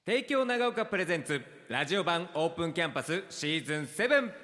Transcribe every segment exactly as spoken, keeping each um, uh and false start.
帝京長岡プレゼンツラジオ版オープンキャンパスシーズンセブン。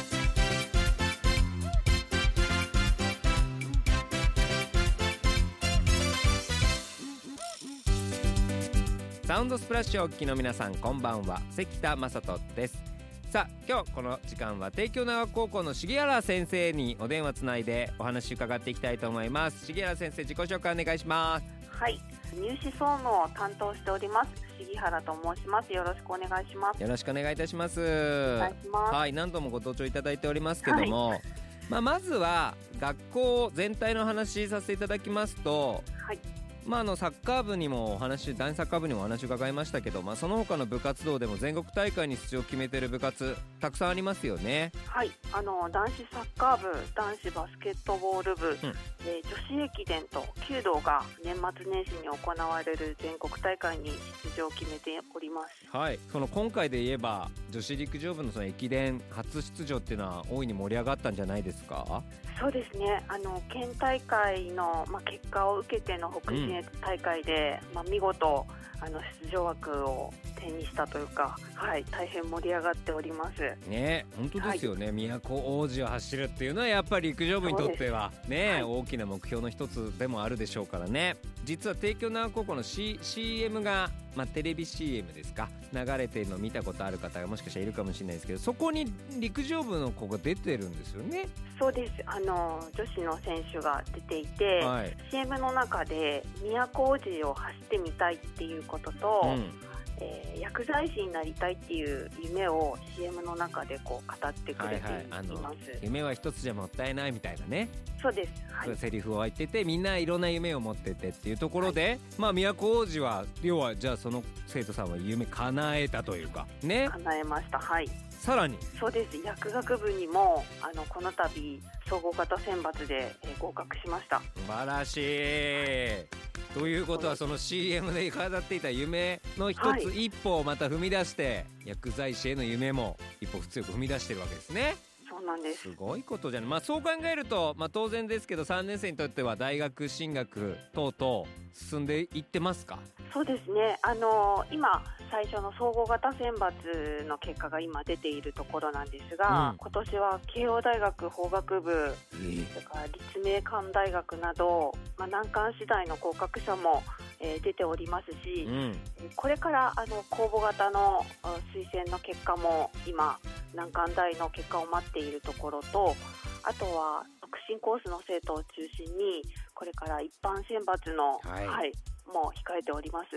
サウンドスプラッシュをお聞きの皆さん、こんばんは。関田正人です。さあ、今日この時間は帝京長岡高校の重原先生にお電話つないでお話伺っていきたいと思います。重原先生、自己紹介お願いします。 はい、入試総務を担当しております重原と申します。よろしくお願いします。 よろしくお願いいたします。 お願いします。 はい、何度もご登場いただいておりますけども、はい、まあ、まずは学校全体の話させていただきますと、はい、まあ、あのサッカー部にもお話男子サッカー部にもお話伺いましたけど、まあ、その他の部活動でも全国大会に出場を決めている部活たくさんありますよね。 はい、あの男子サッカー部、男子バスケットボール部、うん、えー、女子駅伝と弓道が年末年始に行われる全国大会に出場を決めております。 はい、その今回で言えば女子陸上部のその駅伝初出場っていうのは大いに盛り上がったんじゃないですか？ そうですね、あの県大会の、まあ、結果を受けての北信越大会で、うん、まあ、見事あの出場枠を手にしたというか、はい、大変盛り上がっておりますね。本当ですよね、はい、都大路を走るっていうのはやっぱり陸上部にとってはね、はい、大きな目標の一つでもあるでしょうからね。実は帝京長岡高校の、C、シーエム が、まあ、テレビ シーエム ですか、流れてるのを見たことある方がもしかしたらいるかもしれないですけど、そこに陸上部の子が出てるんですよね。 そうです、あの女子の選手が出ていて、はい、シーエム の中で都大路を走ってみたいっていうことと、うん、えー、薬剤師になりたいっていう夢を シーエム の中でこう語ってくれています、はいはい、あの夢は一つじゃもったいないみたいなね。 そうです、はい、 セリフを言ってて、みんないろんな夢を持っててっていうところで、はい、まあ都大路は要はじゃあその生徒さんは夢叶えたというかね。 叶えました。はい、 さらにそうです、薬学部にもあのこの度総合型選抜で、えー、合格しました。 素晴らしい。ということはその シーエム で語っていた夢の一つ、はい、一歩をまた踏み出して薬剤師への夢も一歩強く踏み出してるわけですね。 そうなんです。 すごいことじゃない。まあ、そう考えると、まあ、当然ですけどさんねん生にとっては大学進学等々進んでいってますか？ そうですね、あのー、今最初の総合型選抜の結果が今出ているところなんですが、うん、今年は慶応大学法学部、えー、それから立命館大学など、まあ、難関次第の合格者も、えー、出ておりますし、うん、これからあの公募型の推薦の結果も今難関大の結果を待っているところと、あとは特進コースの生徒を中心にこれから一般選抜の、はいはい、もう控えております。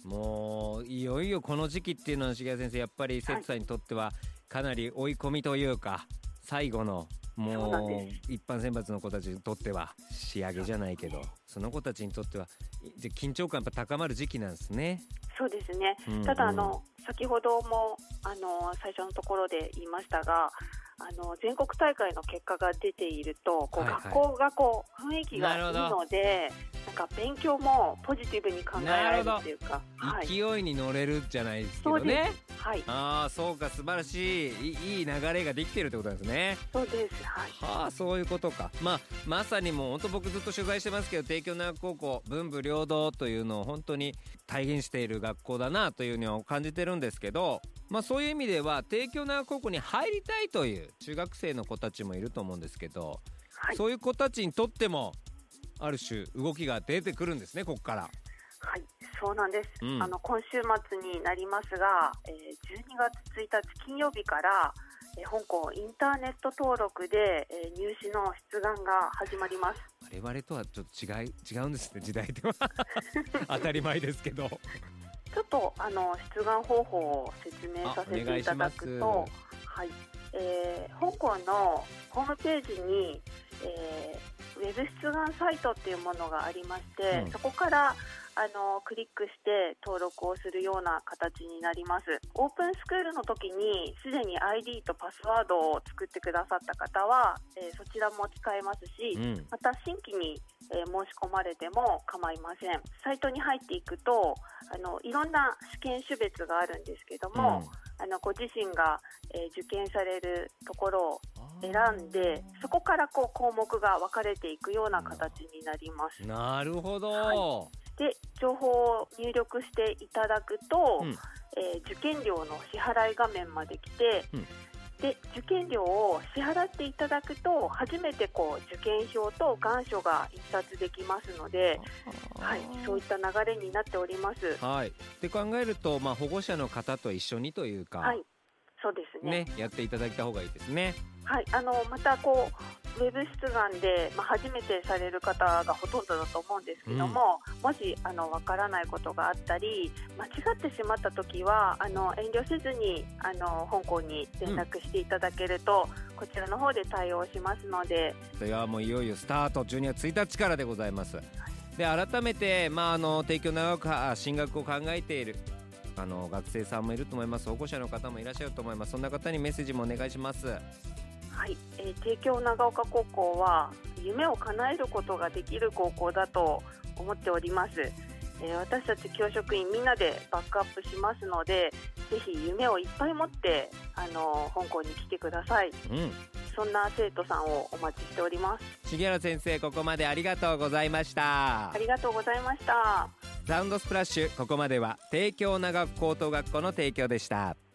もういよいよこの時期っていうのは重谷先生、やっぱり生徒さんにとってはかなり追い込みというか、はい、最後のもう一般選抜の子たちにとっては仕上げじゃないけど、その子たちにとっては緊張感やっぱ高まる時期なんですね。 そうですね、うんうん、ただあの先ほどもあの最初のところで言いましたが、あの全国大会の結果が出ているとこう、はいはい、学校がこう雰囲気がいいので、なんか勉強もポジティブに考えられるっていうか、 はい、勢いに乗れるじゃないですけどね。 はい、 ああ、そうか、素晴らしい、いい流れができてるってことなんですね。 そうです、はい、 はあ、そういうことか。まあ、まさにもう本当僕ずっと取材してますけど、帝京長岡高校文武両道というのを本当に体現している学校だなというのを感じてるんですけど、まあ、そういう意味では帝京長岡高校に入りたいという中学生の子たちもいると思うんですけど、はい、そういう子たちにとってもある種動きが出てくるんですね、ここから。 はい、そうなんです、うん、あの今週末になりますが、えー、じゅうにがつついたち金曜日から、えー、本校インターネット登録で、えー、入試の出願が始まります。 我々とはちょっと違い違うんですね、時代では当たり前ですけどちょっとあの出願方法を説明させていただくと、はい、えー、本校のホームページに、えー、ウェブ出願サイトっていうものがありまして、うん、そこからあのクリックして登録をするような形になります。オープンスクールの時にすでに アイディー とパスワードを作ってくださった方は、えー、そちらも使えますし、うん、また新規に、えー、申し込まれても構いません。サイトに入っていくとあのいろんな試験種別があるんですけども、うん、あのご自身が、えー、受験されるところを選んで、そこからこう項目が分かれていくような形になります。 なるほど、 はい、で情報を入力していただくと、うん、 えー、受験料の支払い画面まで来て、うん、で受験料を支払っていただくと初めてこう受験票と願書が印刷できますので、はい、そういった流れになっております。 はい、で考えると、まあ、保護者の方と一緒にというか、 はい、そうですね。 ね、やっていただいた方がいいですね。 はい、あのまたこうウェブ出願で、まあ、初めてされる方がほとんどだと思うんですけども、うん、もしあのわからないことがあったり間違ってしまったときはあの遠慮せずにあの本校に連絡していただけると、うん、こちらの方で対応しますので。 それはもういよいよスタートじゅうにがつついたちからでございます。はい、で改めて、まあ、あの帝京長岡進学を考えているあの学生さんもいると思います。保護者の方もいらっしゃると思います。そんな方にメッセージもお願いします。 はい、えー、帝京長岡高校は夢を叶えることができる高校だと思っております。えー、私たち教職員みんなでバックアップしますので、ぜひ夢をいっぱい持ってあの本校に来てください。うん、そんな生徒さんをお待ちしております。 重原先生、ここまでありがとうございました。 ありがとうございました。 サウンドスプラッシュ、ここまでは帝京長岡高等学校の提供でした。